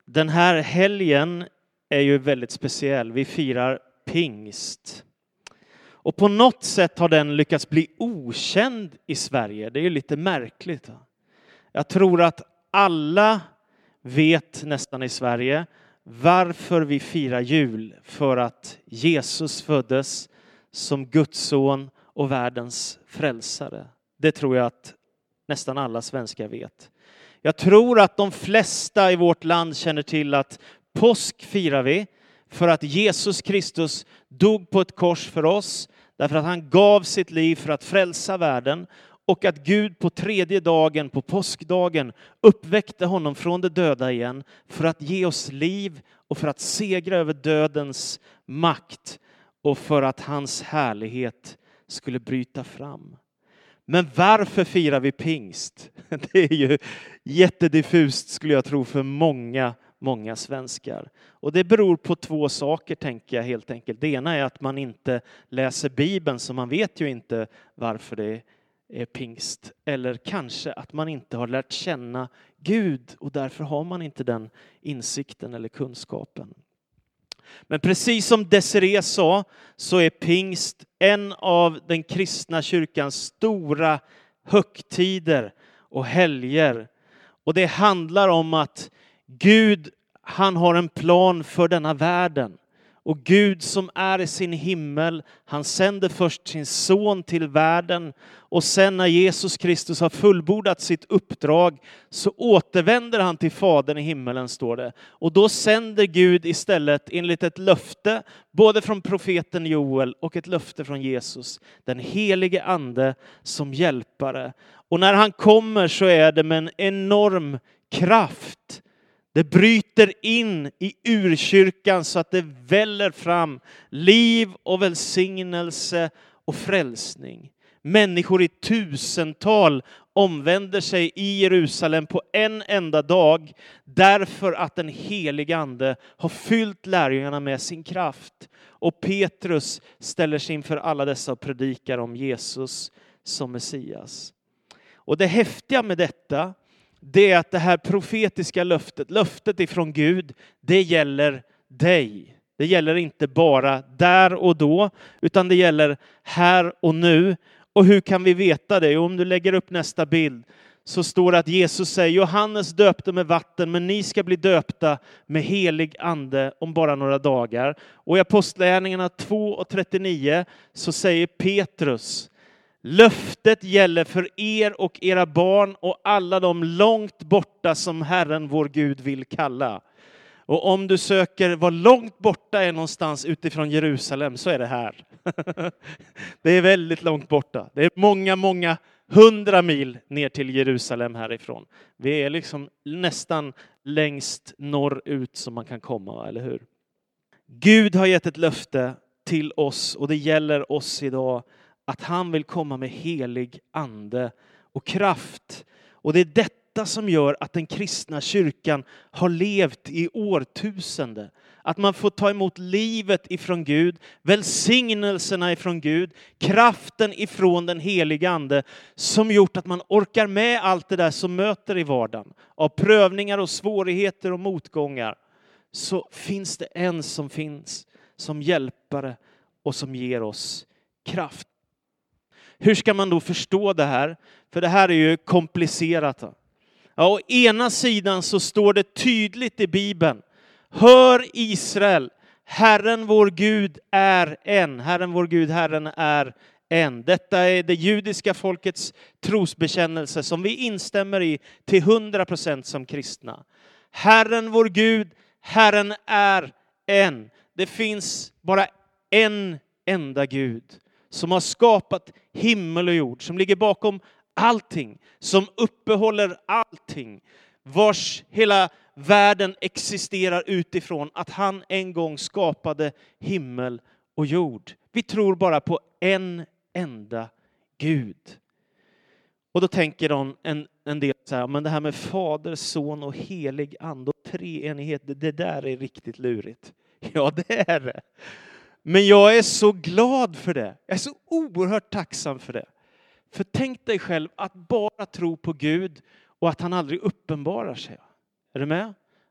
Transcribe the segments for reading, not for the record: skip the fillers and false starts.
Den här helgen är ju väldigt speciell. Vi firar pingst. Och på något sätt har den lyckats bli okänd i Sverige. Det är ju lite märkligt. Jag tror att alla vet nästan i Sverige varför vi firar jul. För att Jesus föddes som Guds son och världens frälsare. Det tror jag att nästan alla svenskar vet. Jag tror att de flesta i vårt land känner till att påsk firar vi för att Jesus Kristus dog på ett kors för oss. Därför att han gav sitt liv för att frälsa världen. Och att Gud på tredje dagen, på påskdagen, uppväckte honom från de döda igen. För att ge oss liv och för att segra över dödens makt. Och för att hans härlighet skulle bryta fram. Men varför firar vi pingst? Det är ju jättediffust skulle jag tro för många svenskar. Och det beror på två saker tänker jag helt enkelt. Det ena är att man inte läser Bibeln så man vet ju inte varför det är pingst. Eller kanske att man inte har lärt känna Gud och därför har man inte den insikten eller kunskapen. Men precis som Desiree sa så är pingst en av den kristna kyrkans stora högtider och helger. Och det handlar om att Gud, han har en plan för denna världen. Och Gud som är i sin himmel, han sänder först sin son till världen. Och sen när Jesus Kristus har fullbordat sitt uppdrag så återvänder han till Fadern i himmelen står det. Och då sänder Gud istället enligt ett löfte, både från profeten Joel och ett löfte från Jesus, den helige ande som hjälpare. Och när han kommer så är det med en enorm kraft. Det bryter in i urkyrkan så att det väller fram liv och välsignelse och frälsning. Människor i tusental omvänder sig i Jerusalem på en enda dag därför att den helige ande har fyllt lärjungarna med sin kraft. Och Petrus ställer sig inför alla dessa och predikar om Jesus som Messias. Och det häftiga med detta, det är att det här profetiska löftet ifrån Gud, det gäller dig. Det gäller inte bara där och då, utan det gäller här och nu. Och hur kan vi veta det? Om du lägger upp nästa bild så står det att Jesus säger, Johannes döpte med vatten, men ni ska bli döpta med helig ande om bara några dagar. Och i Apostlagärningarna 2:39 så säger Petrus, löftet gäller för er och era barn och alla de långt borta som Herren vår Gud vill kalla. Och om du söker var långt borta är någonstans utifrån Jerusalem så är det här. Det är väldigt långt borta. Det är många 100 mil ner till Jerusalem härifrån. Vi är liksom nästan längst norrut som man kan komma, eller hur? Gud har gett ett löfte till oss och det gäller oss idag. Att han vill komma med helig ande och kraft. Och det är detta som gör att den kristna kyrkan har levt i årtusende. Att man får ta emot livet ifrån Gud, välsignelserna ifrån Gud, kraften ifrån den heliga ande som gjort att man orkar med allt det där som möter i vardagen. Av prövningar och svårigheter och motgångar så finns det en som finns som hjälpare och som ger oss kraft. Hur ska man då förstå det här? För det här är ju komplicerat. Ja, å ena sidan så står det tydligt i Bibeln. Hör Israel, Herren vår Gud är en. Herren vår Gud, Herren är en. Detta är det judiska folkets trosbekännelse som vi instämmer i till 100% som kristna. Herren vår Gud, Herren är en. Det finns bara en enda Gud. Som har skapat himmel och jord. Som ligger bakom allting. Som uppehåller allting. Vars hela världen existerar utifrån att han en gång skapade himmel och jord. Vi tror bara på en enda Gud. Och då tänker de en del så här, men det här med fader, son och helig ande och treenighet, det där är riktigt lurigt. Ja, det är det. Men jag är så glad för det. Jag är så oerhört tacksam för det. För tänk dig själv att bara tro på Gud och att han aldrig uppenbarar sig. Är du med?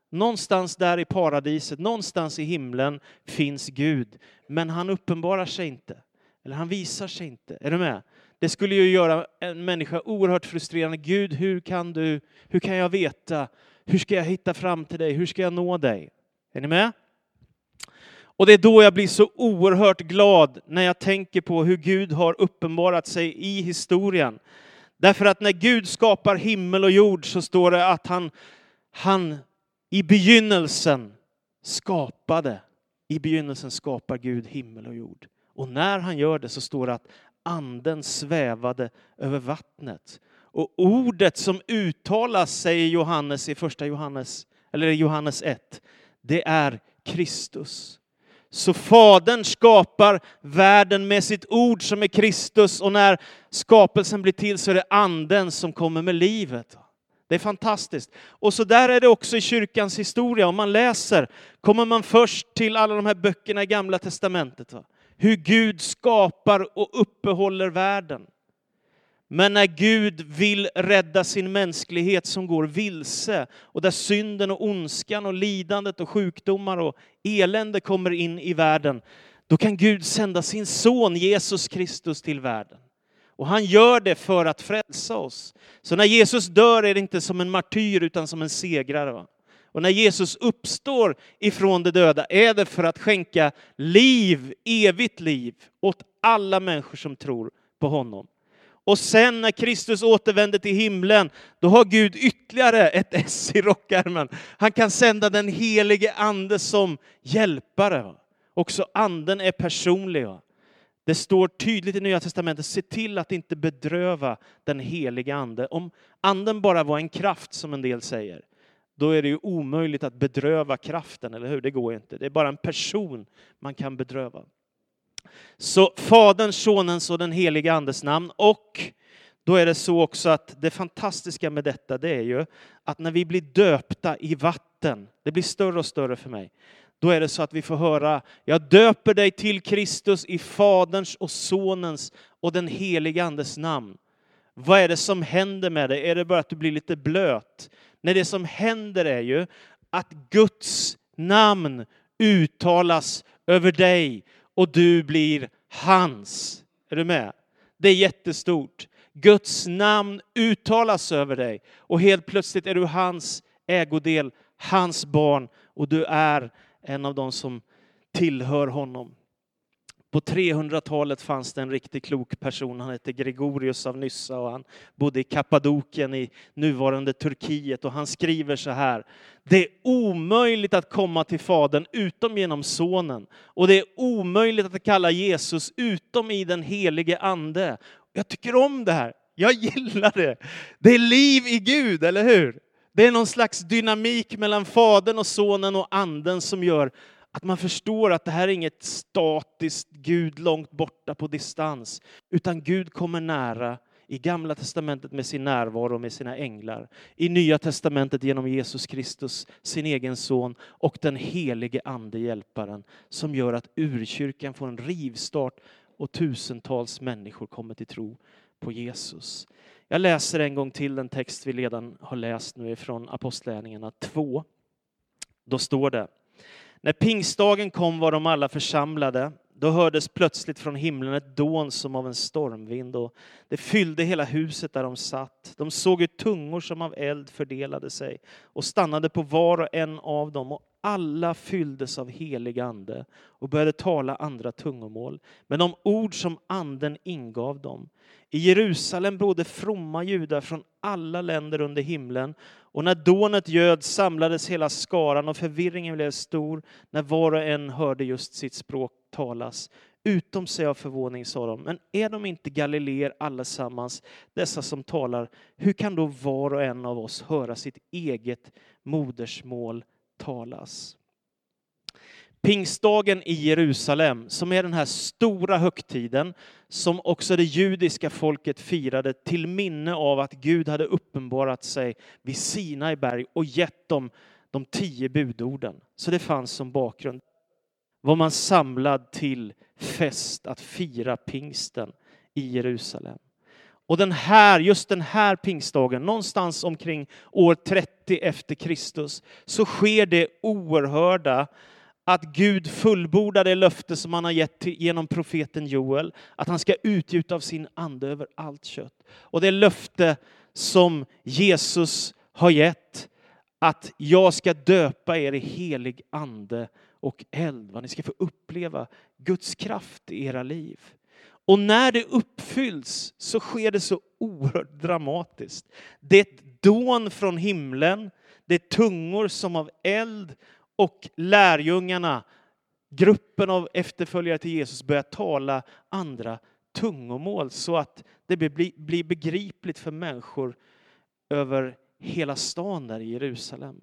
Någonstans där i paradiset, någonstans i himlen finns Gud. Men han uppenbarar sig inte. Eller han visar sig inte. Är du med? Det skulle ju göra en människa oerhört frustrerande. Gud, hur kan jag veta? Hur ska jag hitta fram till dig? Hur ska jag nå dig? Är ni med? Och det är då jag blir så oerhört glad när jag tänker på hur Gud har uppenbarat sig i historien. Därför att när Gud skapar himmel och jord så står det att han i begynnelsen skapade. I begynnelsen skapar Gud himmel och jord. Och när han gör det så står det att anden svävade över vattnet. Och ordet som uttalas, säger Johannes i första Johannes, eller Johannes 1, det är Kristus. Så Fadern skapar världen med sitt ord som är Kristus. Och när skapelsen blir till så är det anden som kommer med livet. Det är fantastiskt. Och så där är det också i kyrkans historia. Om man läser kommer man först till alla de här böckerna i Gamla testamentet. Hur Gud skapar och uppehåller världen. Men när Gud vill rädda sin mänsklighet som går vilse och där synden och ondskan och lidandet och sjukdomar och elände kommer in i världen, då kan Gud sända sin son Jesus Kristus till världen. Och han gör det för att frälsa oss. Så när Jesus dör är det inte som en martyr utan som en segrare. Och när Jesus uppstår ifrån de döda är det för att skänka liv, evigt liv åt alla människor som tror på honom. Och sen när Kristus återvänder till himlen, då har Gud ytterligare ett ess i rockärmen. Han kan sända den helige ande som hjälpare. Också anden är personlig. Det står tydligt i Nya testamentet, se till att inte bedröva den helige ande. Om anden bara var en kraft som en del säger, då är det ju omöjligt att bedröva kraften, eller hur? Det går inte. Det är bara en person man kan bedröva. Så Faderns, Sonens och den helige andes namn. Och då är det så också att det fantastiska med detta, det är ju att när vi blir döpta i vatten, det blir större och större för mig. Då är det så att vi får höra, jag döper dig till Kristus i Faderns och Sonens och den helige andes namn. Vad är det som händer med dig? Är det bara att du blir lite blöt? Nej, det som händer är ju att Guds namn uttalas över dig och du blir hans. Är du med? Det är jättestort. Guds namn uttalas över dig och helt plötsligt är du hans ägodel, hans barn och du är en av dem som tillhör honom. På 300-talet fanns det en riktigt klok person. Han hette Gregorius av Nyssa och han bodde i Kappadokien i nuvarande Turkiet. Och han skriver så här. Det är omöjligt att komma till Fadern utom genom Sonen. Och det är omöjligt att kalla Jesus utom i den helige ande. Jag tycker om det här. Jag gillar det. Det är liv i Gud, eller hur? Det är någon slags dynamik mellan Fadern och Sonen och anden som gör att man förstår att det här är inget statiskt Gud långt borta på distans. Utan Gud kommer nära i Gamla testamentet med sin närvaro och med sina änglar. I Nya testamentet genom Jesus Kristus, sin egen son och den helige ande hjälparen. Som gör att urkyrkan får en rivstart och tusentals människor kommer till tro på Jesus. Jag läser en gång till den text vi redan har läst nu från Apostlagärningarna 2. Då står det. När pingstdagen kom var de alla församlade. Då hördes plötsligt från himlen ett dån som av en stormvind. Och det fyllde hela huset där de satt. De såg hur tungor som av eld fördelade sig. Och stannade på var och en av dem. Och alla fylldes av helig ande. Och började tala andra tungomål. Men de ord som anden ingav dem. I Jerusalem bodde fromma judar från alla länder under himlen. Och när dånet göd samlades hela skaran och förvirringen blev stor när var och en hörde just sitt språk talas. Utom sig av förvåning sa de, men är de inte galileer allesammans, dessa som talar? Hur kan då var och en av oss höra sitt eget modersmål talas? Pingstdagen i Jerusalem, som är den här stora högtiden som också det judiska folket firade till minne av att Gud hade uppenbarat sig vid Sinai berg och gett dem de 10 budorden. Så det fanns som bakgrund. Var man samlad till fest att fira pingsten i Jerusalem. Och just den här pingstdagen, någonstans omkring år 30 efter Kristus, så sker det oerhörda att Gud fullbordar det löfte som han har gett genom profeten Joel, att han ska utgjuta av sin ande över allt kött. Och det löfte som Jesus har gett, att jag ska döpa er i helig ande och eld. Ni ska få uppleva Guds kraft i era liv. Och när det uppfylls så sker det så oerhört dramatiskt. Det är ett dån från himlen, det är tungor som av eld, och lärjungarna, gruppen av efterföljare till Jesus, börjar tala andra tungomål så att det blir begripligt för människor över hela stan där i Jerusalem.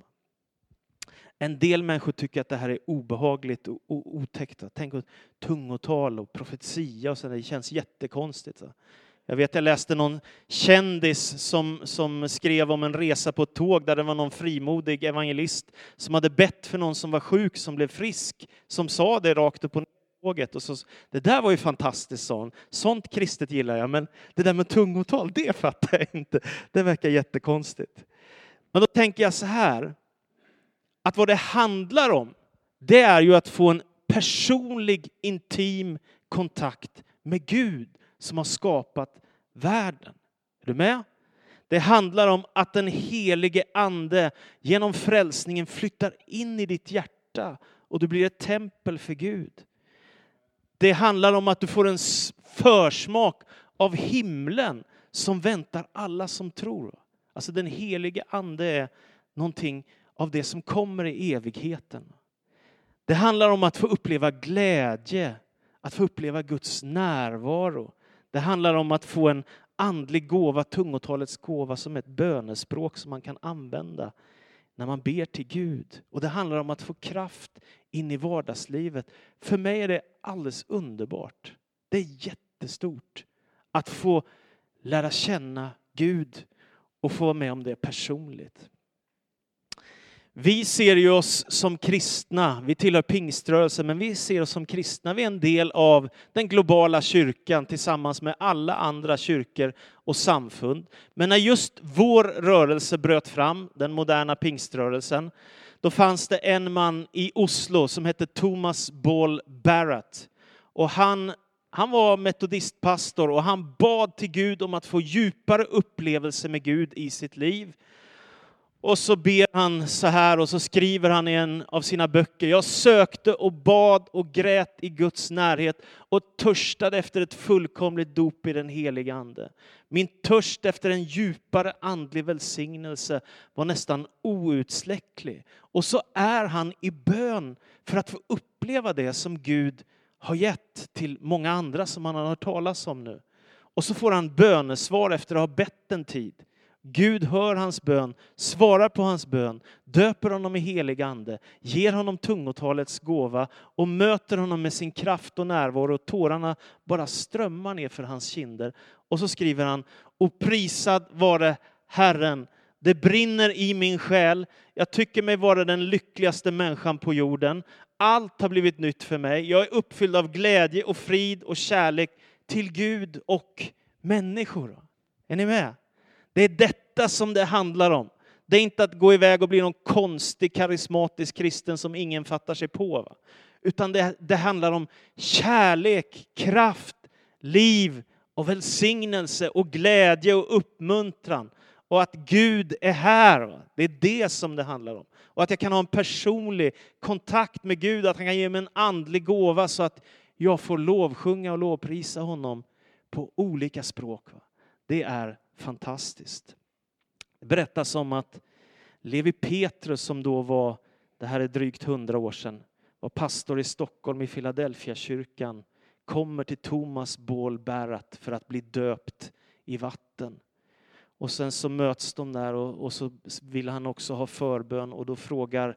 En del människor tycker att det här är obehagligt och otäckt. Tänk på tungotal och profetia och så, det känns jättekonstigt. Jag läste någon kändis som skrev om en resa på ett tåg där det var någon frimodig evangelist som hade bett för någon som var sjuk som blev frisk, som sa det rakt upp på tåget. Och så, det där var ju fantastiskt, sånt kristet gillar jag, men det där med tungotal, det fattar jag inte. Det verkar jättekonstigt. Men då tänker jag så här, att vad det handlar om, det är ju att få en personlig, intim kontakt med Gud som har skapat världen. Är du med? Det handlar om att den helige ande genom frälsningen flyttar in i ditt hjärta och du blir ett tempel för Gud. Det handlar om att du får en försmak av himlen som väntar alla som tror. Alltså den helige ande är någonting av det som kommer i evigheten. Det handlar om att få uppleva glädje, att få uppleva Guds närvaro. Det handlar om att få en andlig gåva, tungotalets gåva, som ett bönespråk som man kan använda när man ber till Gud. Och det handlar om att få kraft in i vardagslivet. För mig är det alldeles underbart. Det är jättestort att få lära känna Gud och få vara med om det personligt. Vi ser ju oss som kristna, vi tillhör pingströrelsen, men vi ser oss som kristna. Vi är en del av den globala kyrkan tillsammans med alla andra kyrkor och samfund. Men när just vår rörelse bröt fram, den moderna pingströrelsen, då fanns det en man i Oslo som hette Thomas Ball Barrett. Och han var metodistpastor och han bad till Gud om att få djupare upplevelse med Gud i sitt liv. Och så ber han så här, och så skriver han i en av sina böcker: jag sökte och bad och grät i Guds närhet och törstade efter ett fullkomligt dop i den heliga ande. Min törst efter en djupare andlig välsignelse var nästan outsläcklig. Och så är han i bön för att få uppleva det som Gud har gett till många andra som han har hört talas om nu. Och så får han bönesvar efter att ha bett en tid. Gud hör hans bön, svarar på hans bön, döper honom i helig ande, ger honom tungotalets gåva och möter honom med sin kraft och närvaro, och tårarna bara strömmar ner för hans kinder. Och så skriver han: och prisad vare Herren, det brinner i min själ, jag tycker mig vara den lyckligaste människan på jorden. Allt har blivit nytt för mig, jag är uppfylld av glädje och frid och kärlek till Gud och människor. Är ni med? Det är detta som det handlar om. Det är inte att gå iväg och bli någon konstig karismatisk kristen som ingen fattar sig på. Va? Utan det handlar om kärlek, kraft, liv och välsignelse och glädje och uppmuntran. Och att Gud är här. Va? Det är det som det handlar om. Och att jag kan ha en personlig kontakt med Gud. Att han kan ge mig en andlig gåva så att jag får lovsjunga och lovprisa honom på olika språk. Va? Det är fantastiskt. Det berättas om att Levi Petrus, som då var, det här är drygt 100 år sedan, var pastor i Stockholm i Philadelphia-kyrkan, kommer till Thomas Ball Barrett för att bli döpt i vatten. Och sen så möts de där och så vill han också ha förbön, och då frågar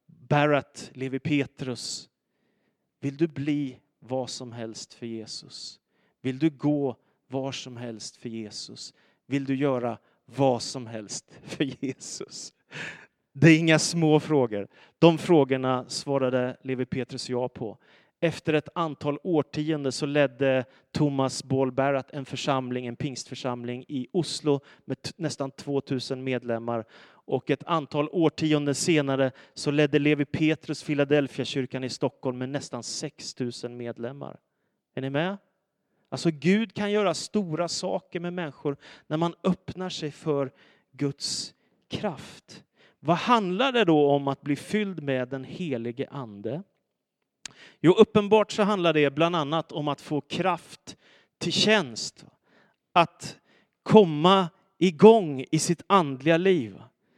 Barrett Levi Petrus: vill du bli vad som helst för Jesus? Vill du gå var som helst för Jesus? Vill du göra vad som helst för Jesus? Det är inga små frågor. De frågorna svarade Levi Petrus ja på. efter ett antal årtionden så ledde Thomas Ball Barratt en församling, en pingstförsamling i Oslo med nästan 2000 medlemmar. Och ett antal årtionden senare så ledde Levi Petrus Philadelphia-kyrkan i Stockholm med nästan 6000 medlemmar. Är ni med? Alltså Gud kan göra stora saker med människor när man öppnar sig för Guds kraft. Vad handlar det då om att bli fylld med den helige ande? Jo, uppenbart så handlar det bland annat om att få kraft till tjänst. Att komma igång i sitt andliga liv.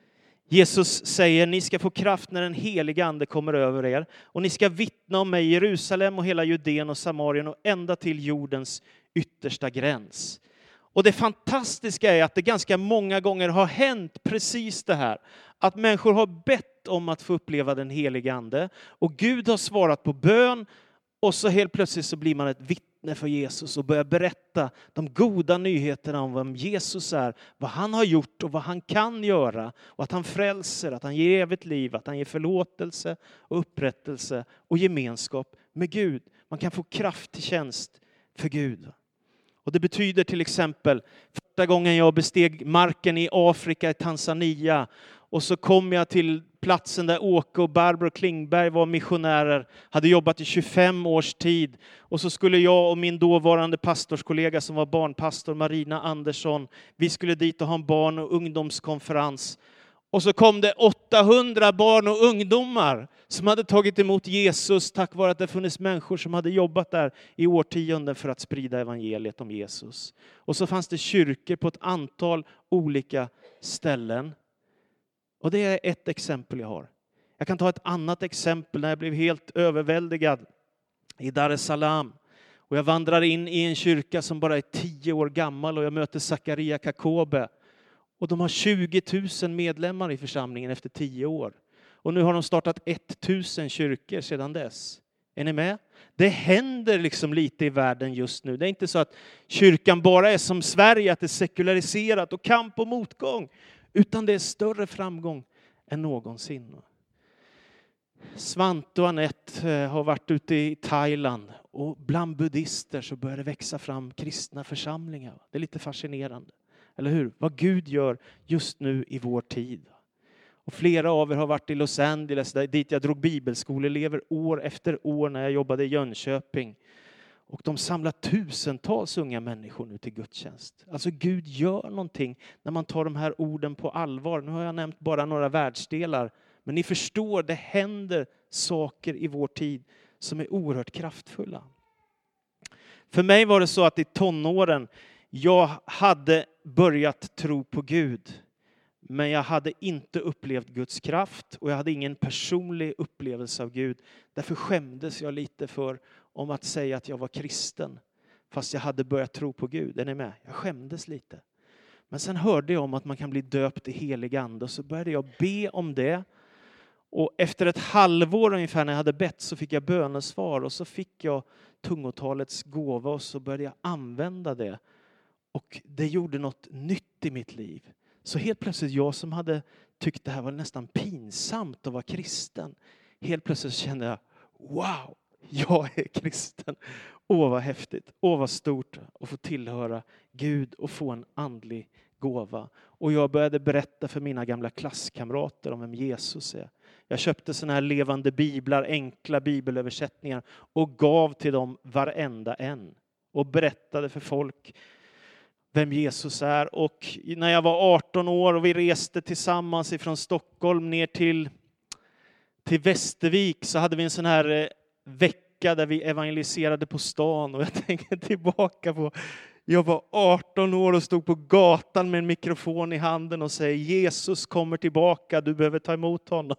Jesus säger, ni ska få kraft när den heliga ande kommer över er. Och ni ska vittna om mig i Jerusalem och hela Judeen och Samarien och ända till jordens yttersta gräns. Och det fantastiska är att det ganska många gånger har hänt precis det här. Att människor har bett om att få uppleva den heliga ande. Och Gud har svarat på bön. Och så helt plötsligt så blir man ett vittne för Jesus och börjar berätta de goda nyheterna om vem Jesus är. Vad han har gjort och vad han kan göra. Och att han frälser, att han ger evigt liv, att han ger förlåtelse och upprättelse och gemenskap med Gud. Man kan få kraft till tjänst för Gud. Och det betyder till exempel, första gången jag besteg marken i Afrika, i Tanzania. Och så kom jag till platsen där Åke och Barbro Klingberg var missionärer. Hade jobbat i 25 års tid. Och så skulle jag och min dåvarande pastorskollega som var barnpastor, Marina Andersson. Vi skulle dit och ha en barn- och ungdomskonferens. Och så kom det 800 barn och ungdomar som hade tagit emot Jesus tack vare att det funnits människor som hade jobbat där i årtionden för att sprida evangeliet om Jesus. Och så fanns det kyrkor på ett antal olika ställen. Och det är ett exempel jag har. Jag kan ta ett annat exempel när jag blev helt överväldigad i Dar es Salaam. Och jag vandrar in i en kyrka som bara är 10 år gammal och jag möter Zakaria Kakobe. Och de har 20 000 medlemmar i församlingen efter 10 år. Och nu har de startat 1000 kyrkor sedan dess. Är ni med? Det händer liksom lite i världen just nu. Det är inte så att kyrkan bara är som Sverige, att det är sekulariserat och kamp och motgång. Utan det är större framgång än någonsin. Svante och Anette har varit ute i Thailand. Och bland buddhister så börjar det växa fram kristna församlingar. Det är lite fascinerande. Eller hur? Vad Gud gör just nu i vår tid. Och flera av er har varit i Los Angeles, dit jag drog bibelskoleelever år efter år när jag jobbade i Jönköping. Och de samlar tusentals unga människor nu till gudstjänst. Alltså Gud gör någonting när man tar de här orden på allvar. Nu har jag nämnt bara några världsdelar. Men ni förstår, det händer saker i vår tid som är oerhört kraftfulla. För mig var det så att i tonåren, jag hade börjat tro på Gud. Men jag hade inte upplevt Guds kraft och jag hade ingen personlig upplevelse av Gud. Därför skämdes jag lite för om att säga att jag var kristen. Fast jag hade börjat tro på Gud. Är ni med? Jag skämdes lite. Men sen hörde jag om att man kan bli döpt i helig ande. Och så började jag be om det. Och efter ett halvår ungefär när jag hade bett så fick jag bönesvar. Och så fick jag tungotalets gåva och så började jag använda det. Och det gjorde något nytt i mitt liv. Så helt plötsligt jag som hade tyckt det här var nästan pinsamt att vara kristen. Helt plötsligt kände jag, wow, jag är kristen. Åh vad häftigt, åh vad stort att få tillhöra Gud och få en andlig gåva. Och jag började berätta för mina gamla klasskamrater om vem Jesus är. Jag köpte såna här levande biblar, enkla bibelöversättningar och gav till dem varenda en. Och berättade för folk vem Jesus är. Och när jag var 18 år och vi reste tillsammans ifrån Stockholm ner till Västervik så hade vi en sån här vecka där vi evangeliserade på stan. Och jag tänker tillbaka på, jag var 18 år och stod på gatan med en mikrofon i handen och säger Jesus kommer tillbaka, du behöver ta emot honom.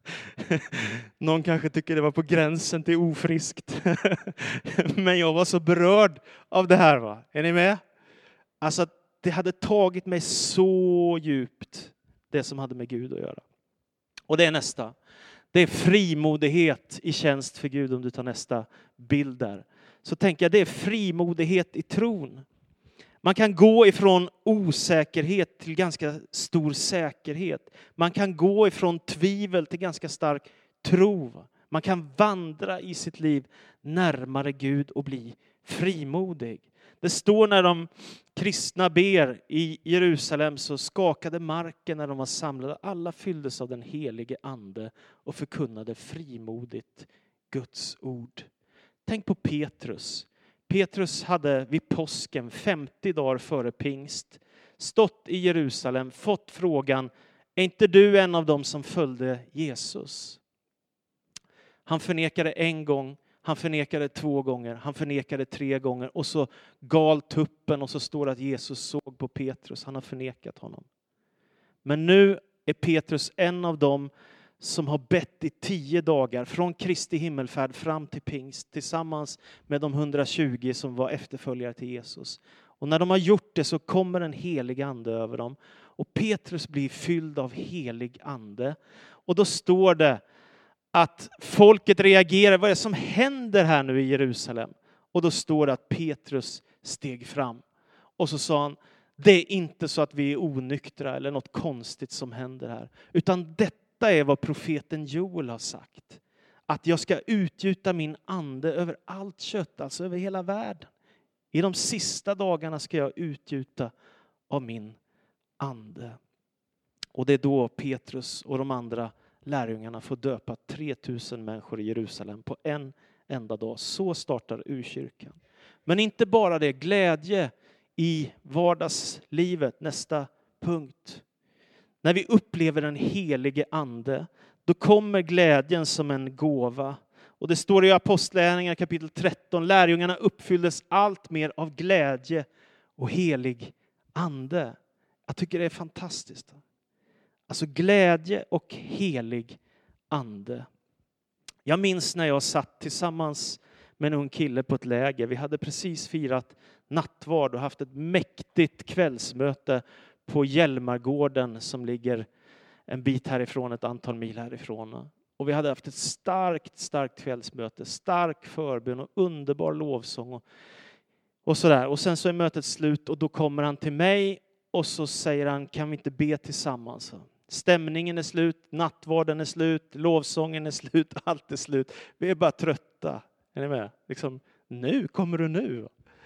Någon kanske tycker det var på gränsen till ofriskt. Men jag var så berörd av det här, va? Är ni med? Alltså det hade tagit mig så djupt, det som hade med Gud att göra. Och det är nästa. Det är frimodighet i tjänst för Gud, om du tar nästa bild där. Så tänker jag, det är frimodighet i tron. Man kan gå ifrån osäkerhet till ganska stor säkerhet. Man kan gå ifrån tvivel till ganska stark tro. Man kan vandra i sitt liv närmare Gud och bli frimodig. Det står när de kristna ber i Jerusalem så skakade marken när de var samlade. Alla fylldes av den helige ande och förkunnade frimodigt Guds ord. Tänk på Petrus. Petrus hade vid påsken 50 dagar före pingst stått i Jerusalem, fått frågan: är inte du en av dem som följde Jesus? Han förnekade en gång, han förnekade 2 gånger, han förnekade 3 gånger och så gal tuppen och så står det att Jesus såg på Petrus. Han har förnekat honom. Men nu är Petrus en av dem som har bett i 10 dagar från Kristi himmelfärd fram till pingst tillsammans med de 120 som var efterföljare till Jesus. Och när de har gjort det så kommer en helig ande över dem. Och Petrus blir fylld av helig ande. Och då står det att folket reagerar. Vad är det som händer här nu i Jerusalem? Och då står det att Petrus steg fram. Och så sa han: det är inte så att vi är onyktra eller något konstigt som händer här. Utan detta är vad profeten Joel har sagt. Att jag ska utgjuta min ande över allt kött, alltså över hela världen. I de sista dagarna ska jag utgjuta av min ande. Och det är då Petrus och de andra lärjungarna får döpa 3000 människor i Jerusalem på en enda dag. Så startar urkyrkan. Men inte bara det, glädje i vardagslivet. Nästa punkt. När vi upplever den helige ande, då kommer glädjen som en gåva. Och det står i Apostlagärningarna kapitel 13. Lärjungarna uppfylldes allt mer av glädje och helig ande. Jag tycker det är fantastiskt. Alltså glädje och helig ande. Jag minns när jag satt tillsammans med en ung kille på ett läger. Vi hade precis firat nattvard och haft ett mäktigt kvällsmöte på Hjälmargården som ligger en bit härifrån, ett antal mil härifrån. Och vi hade haft ett starkt kvällsmöte, stark förbön och underbar lovsång och sådär. Och sen så är mötet slut och då kommer han till mig och så säger han: kan vi inte be tillsammans? Stämningen är slut, nattvarden är slut, lovsången är slut, allt är slut. Vi är bara trötta. Är ni med? Liksom, nu kommer du nu.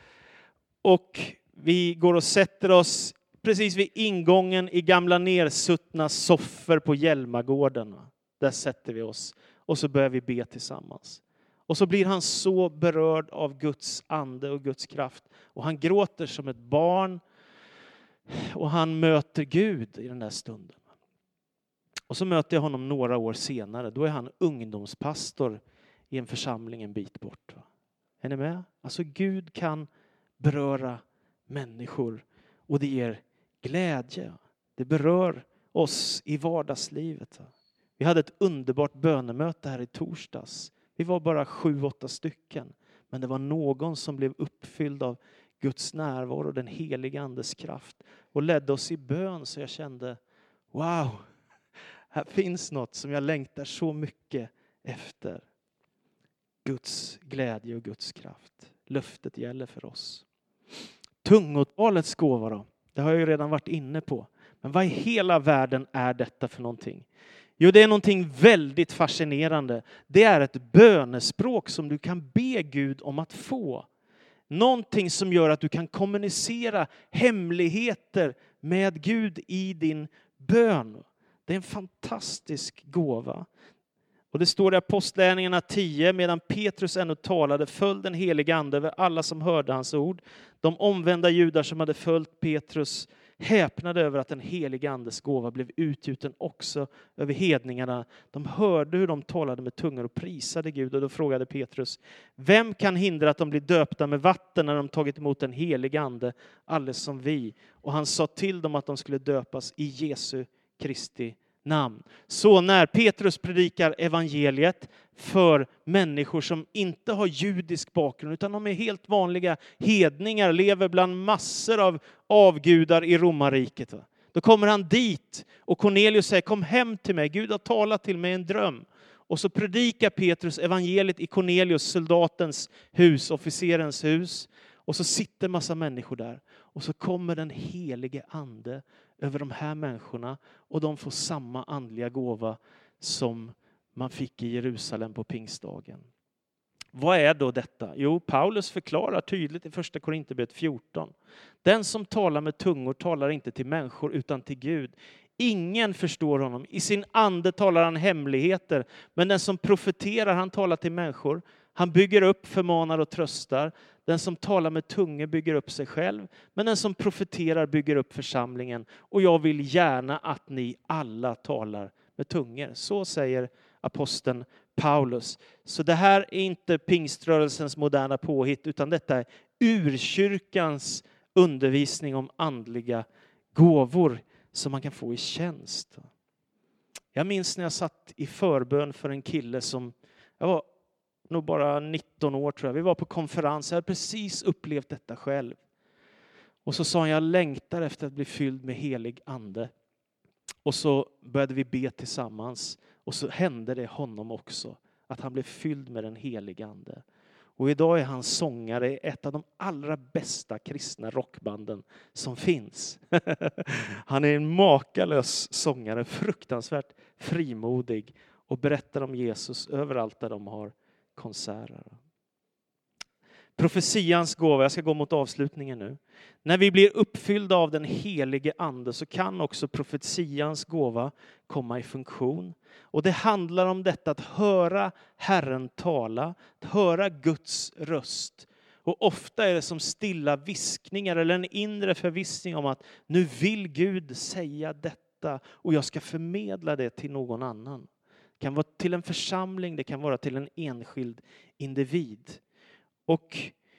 Och vi går och sätter oss precis vid ingången i gamla nersuttna soffor på Hjälmargården. Där sätter vi oss och så börjar vi be tillsammans. Och så blir han så berörd av Guds ande och Guds kraft. Och han gråter som ett barn. Och han möter Gud i den där stunden. Och så möter jag honom några år senare. Då är han ungdomspastor i en församling en bit bort. Är ni med? Alltså Gud kan beröra människor. Och det ger glädje. Det berör oss i vardagslivet. Vi hade ett underbart bönemöte här i torsdags. Vi var bara 7-8 stycken. Men det var någon som blev uppfylld av Guds närvaro, den heliga andes kraft. Och ledde oss i bön så jag kände: wow, här finns något som jag längtar så mycket efter. Guds glädje och Guds kraft. Löftet gäller för oss. Tungotalets gåva då? Det har jag ju redan varit inne på. Men vad i hela världen är detta för någonting? Jo, det är någonting väldigt fascinerande. Det är ett bönespråk som du kan be Gud om att få. Någonting som gör att du kan kommunicera hemligheter med Gud i din bön. Det är en fantastisk gåva. Och det står i Apostlagärningarna 10, medan Petrus ännu talade föll den heliga ande över alla som hörde hans ord. De omvända judar som hade följt Petrus häpnade över att den heliga andes gåva blev utgjuten också över hedningarna. De hörde hur de talade med tungor och prisade Gud. Och då frågade Petrus: vem kan hindra att de blir döpta med vatten när de tagit emot den heliga ande, alldeles som vi? Och han sa till dem att de skulle döpas i Jesu Kristi namn. Så när Petrus predikar evangeliet för människor som inte har judisk bakgrund utan de är helt vanliga hedningar, lever bland massor av avgudar i romarriket. Då kommer han dit och Cornelius säger: kom hem till mig, Gud har talat till mig i en dröm. Och så predikar Petrus evangeliet i Cornelius, soldatens hus, officerens hus. Och så sitter massa människor där. Och så kommer den helige ande över de här människorna. Och de får samma andliga gåva som man fick i Jerusalem på pingstdagen. Vad är då detta? Jo, Paulus förklarar tydligt i första Korinthierbrevet 14. Den som talar med tungor talar inte till människor utan till Gud. Ingen förstår honom. I sin ande talar han hemligheter. Men den som profeterar, han talar till människor. Han bygger upp, förmanar och tröstar. Den som talar med tungor bygger upp sig själv. Men den som profeterar bygger upp församlingen. Och jag vill gärna att ni alla talar med tungor. Så säger aposteln Paulus. Så det här är inte pingströrelsens moderna påhitt, utan detta är urkyrkans undervisning om andliga gåvor som man kan få i tjänst. Jag minns när jag satt i förbön för en kille som, jag var nog bara 19 år tror jag. Vi var på konferens, jag hade precis upplevt detta själv. Och så sa han, jag längtar efter att bli fylld med helig ande. Och så började vi be tillsammans. Och så hände det honom också. Att han blev fylld med den heliga ande. Och idag är han sångare i ett av de allra bästa kristna rockbanden som finns. Han är en makalös sångare. Fruktansvärt frimodig. Och berättar om Jesus överallt där de har konserter. Profetians gåva, jag ska gå mot avslutningen nu. När vi blir uppfyllda av den helige ande så kan också profetians gåva komma i funktion. Och det handlar om detta att höra Herren tala, att höra Guds röst. Och ofta är det som stilla viskningar eller en inre förvissning om att nu vill Gud säga detta och jag ska förmedla det till någon annan. Det kan vara till en församling, det kan vara till en enskild individ. Och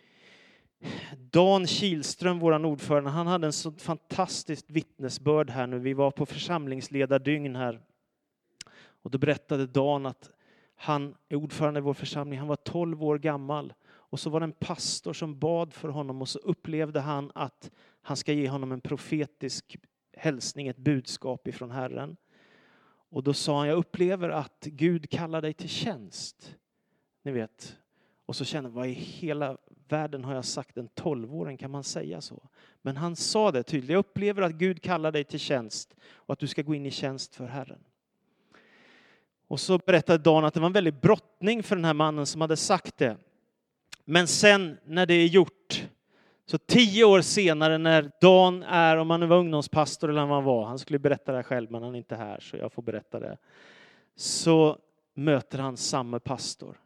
Dan Kihlström, vår ordförande, han hade en så fantastiskt vittnesbörd här nu. Vi var på församlingsledardygn här. Och då berättade Dan att han är ordförande i vår församling. Han var 12 år gammal. Och så var det en pastor som bad för honom. Och så upplevde han att han ska ge honom en profetisk hälsning, ett budskap ifrån Herren. Och då sa han, jag upplever att Gud kallar dig till tjänst. Ni vet. Och så känner jag, vad i hela världen har jag sagt en 12-åring, kan man säga så? Men han sa det tydligt, jag upplever att Gud kallar dig till tjänst och att du ska gå in i tjänst för Herren. Och så berättade Dan att det var en väldigt brottning för den här mannen som hade sagt det. Men sen när det är gjort, så 10 år senare när Dan är, om han nu var ungdomspastor eller vad han var, han skulle berätta det själv men han är inte här så jag får berätta det. Så möter han samma pastor.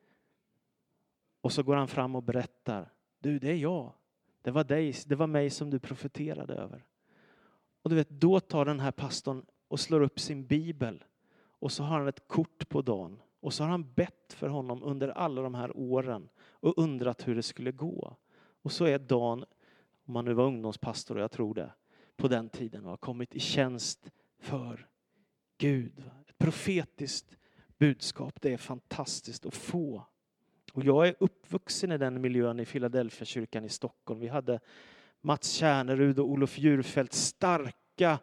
Och så går han fram och berättar. Du, det är jag. Det var mig som du profeterade över. Och du vet, då tar den här pastorn och slår upp sin bibel. Och så har han ett kort på Dan. Och så har han bett för honom under alla de här åren. Och undrat hur det skulle gå. Och så är Dan, om han nu var ungdomspastor, och jag tror det, på den tiden har kommit i tjänst för Gud. Ett profetiskt budskap. Det är fantastiskt att få. Och jag är uppvuxen i den miljön i Philadelphia kyrkan i Stockholm. Vi hade Mats Kärnerud och Olof Djurfelt, starka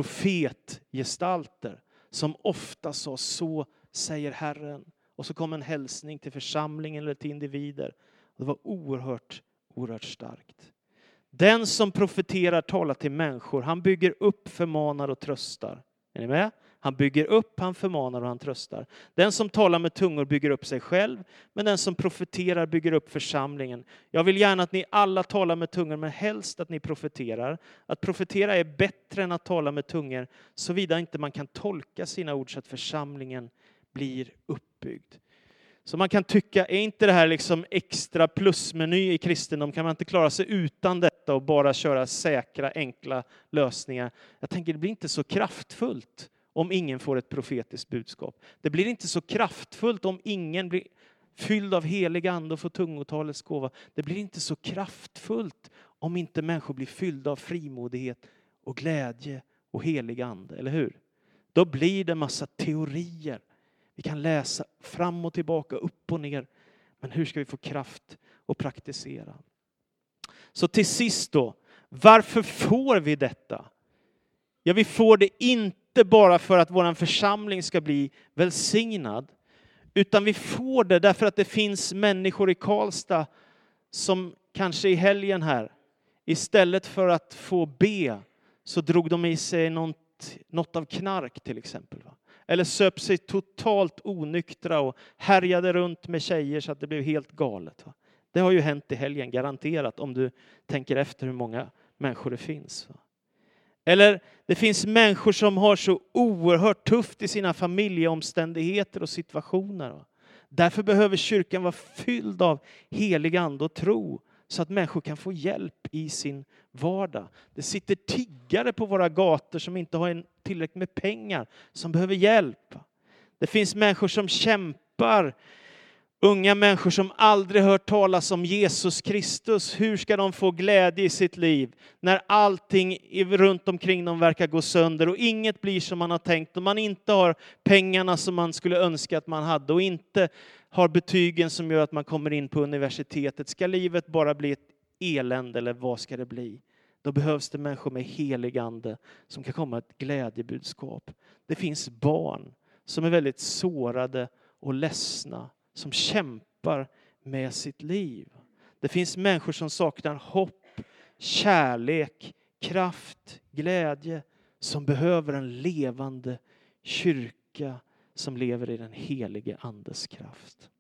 profetgestalter som ofta sa så säger Herren. Och så kom en hälsning till församlingen eller till individer. Det var oerhört starkt. Den som profeterar talar till människor. Han bygger upp, förmanar och tröstar. Är ni med? Han bygger upp, han förmanar och han tröstar. Den som talar med tungor bygger upp sig själv. Men den som profeterar bygger upp församlingen. Jag vill gärna att ni alla talar med tungor, men helst att ni profeterar. Att profetera är bättre än att tala med tungor. Såvida inte man kan tolka sina ord så att församlingen blir uppbyggd. Så man kan tycka, är inte det här liksom extra plusmeny i kristendom? Kan man inte klara sig utan detta och bara köra säkra, enkla lösningar? Jag tänker det blir inte så kraftfullt om ingen får ett profetiskt budskap. Det blir inte så kraftfullt om ingen blir fylld av helig ande och får tungotalets gåva. Det blir inte så kraftfullt om inte människor blir fyllda av frimodighet och glädje och helig ande, eller hur? Då blir det massa teorier. Vi kan läsa fram och tillbaka, upp och ner. Men hur ska vi få kraft att praktisera? Så till sist då, varför får vi detta? Ja, vi får det inte bara för att vår församling ska bli välsignad. Utan vi får det därför att det finns människor i Karlstad som kanske i helgen här, istället för att få be, så drog de i sig något av knark till exempel. eller söp sig totalt onyktra och härjade runt med tjejer så att det blev helt galet. Va? Det har ju hänt i helgen, garanterat, om du tänker efter hur många människor det finns. Va? Eller det finns människor som har så oerhört tufft i sina familjeomständigheter och situationer. Va? Därför behöver kyrkan vara fylld av helig ande och tro så att människor kan få hjälp i sin vardag. Det sitter tiggare på våra gator som inte har tillräckligt med pengar, som behöver hjälp. Det finns människor som kämpar, unga människor som aldrig hört talas om Jesus Kristus. Hur ska de få glädje i sitt liv när allting runt omkring dem verkar gå sönder och inget blir som man har tänkt och man inte har pengarna som man skulle önska att man hade och inte har betygen som gör att man kommer in på universitetet. Ska livet bara bli ett elände eller vad ska det bli? Då behövs det människor med helig ande som kan komma ett glädjebudskap. Det finns barn som är väldigt sårade och ledsna, som kämpar med sitt liv. Det finns människor som saknar hopp, kärlek, kraft, glädje, som behöver en levande kyrka som lever i den helige andes kraft.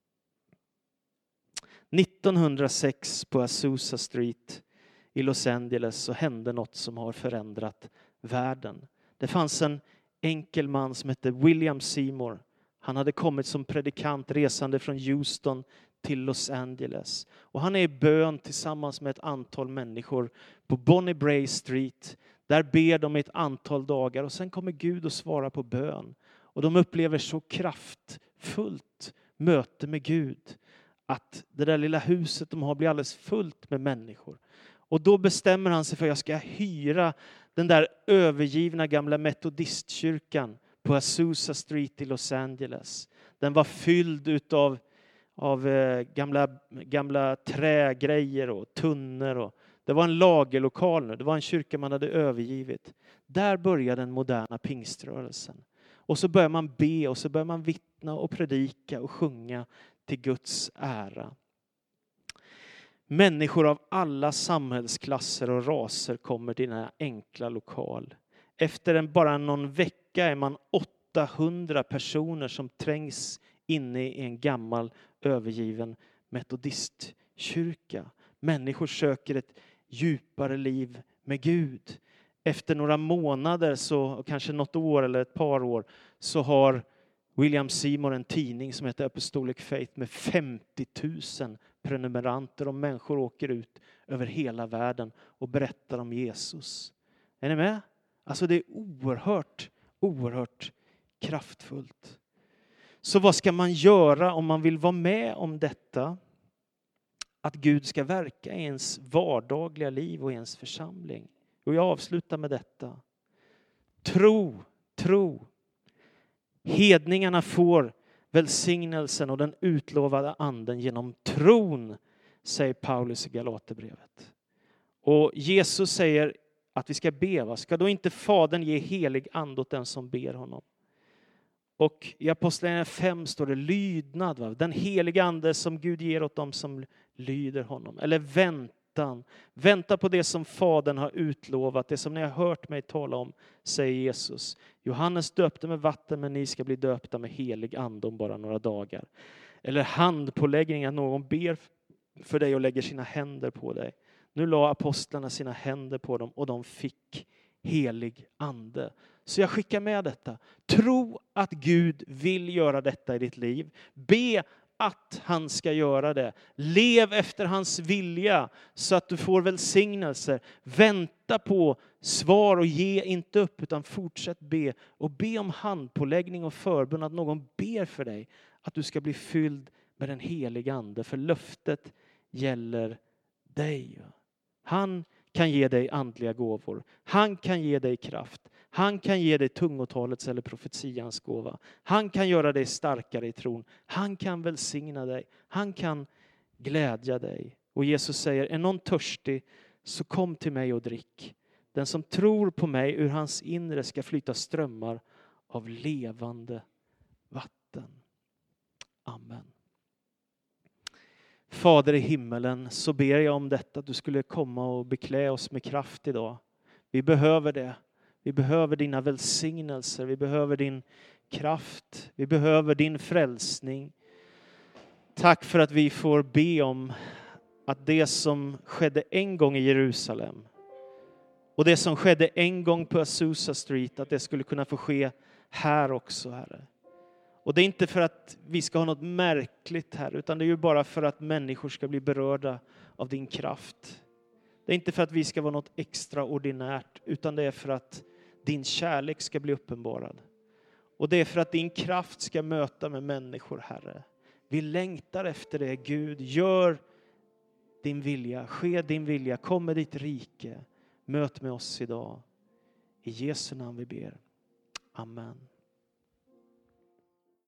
1906 på Azusa Street i Los Angeles så hände något som har förändrat världen. Det fanns en enkel man som hette William Seymour. Han hade kommit som predikant resande från Houston till Los Angeles. Och han är i bön tillsammans med ett antal människor på Bonnie Bray Street. Där ber de ett antal dagar och sen kommer Gud att svara på bön. Och de upplever så kraftfullt möte med Gud att det där lilla huset de har blir alldeles fullt med människor. Och då bestämmer han sig för att jag ska hyra den där övergivna gamla metodistkyrkan på Azusa Street i Los Angeles. Den var fylld av gamla trägrejer och tunnor. Och det var en lagerlokal nu. Det var en kyrka man hade övergivit. Där började den moderna pingströrelsen. Och så börjar man be och så börjar man vittna och predika och sjunga till Guds ära. Människor av alla samhällsklasser och raser kommer till den här enkla lokal. Efter bara någon vecka är man 800 personer som trängs inne i en gammal övergiven metodistkyrka. Människor söker ett djupare liv med Gud. Efter några månader, så kanske något år eller ett par år, så har William Seymour en tidning som heter Apostolic Faith med 50 000 prenumeranter, och människor åker ut över hela världen och berättar om Jesus. Är ni med? Alltså det är oerhört kraftfullt. Så vad ska man göra om man vill vara med om detta? Att Gud ska verka i ens vardagliga liv och i ens församling. Och jag avslutar med detta. Tro. Hedningarna får välsignelsen och den utlovade anden genom tron, säger Paulus i Galaterbrevet. Och Jesus säger att vi ska be. Ska då inte Fadern ge helig ande åt den som ber honom? Och i Apostlagärningarna 5 står det lydnad. Va? Den heliga ande som Gud ger åt dem som lyder honom. Eller väntan. Vänta på det som Fadern har utlovat. Det som ni har hört mig tala om, säger Jesus. Johannes döpte med vatten, men ni ska bli döpta med helig ande om bara några dagar. Eller handpåläggning, att någon ber för dig och lägger sina händer på dig. Nu la apostlarna sina händer på dem och de fick helig ande. Så jag skickar med detta. Tro att Gud vill göra detta i ditt liv. Be att han ska göra det. Lev efter hans vilja så att du får välsignelser. Vänta på svar och ge inte upp, utan fortsätt be. Och be om handpåläggning och förbön, att någon ber för dig. Att du ska bli fylld med den heliga ande. För löftet gäller dig. Han kan ge dig andliga gåvor. Han kan ge dig kraft. Han kan ge dig tungotalets eller profetians gåva. Han kan göra dig starkare i tron. Han kan välsigna dig. Han kan glädja dig. Och Jesus säger, är någon törstig så kom till mig och drick. Den som tror på mig, ur hans inre ska flyta strömmar av levande vatten. Amen. Fader i himmelen, så ber jag om detta, att du skulle komma och beklä oss med kraft idag. Vi behöver det. Vi behöver dina välsignelser. Vi behöver din kraft. Vi behöver din frälsning. Tack för att vi får be om att det som skedde en gång i Jerusalem och det som skedde en gång på Azusa Street, att det skulle kunna få ske här också, Herre. Och det är inte för att vi ska ha något märkligt här, utan det är ju bara för att människor ska bli berörda av din kraft. Det är inte för att vi ska vara något extraordinärt, utan det är för att din kärlek ska bli uppenbarad. Och det är för att din kraft ska möta med människor, Herre. Vi längtar efter det, Gud. Gör din vilja, ske din vilja, kom med ditt rike. Möt med oss idag. I Jesu namn vi ber. Amen.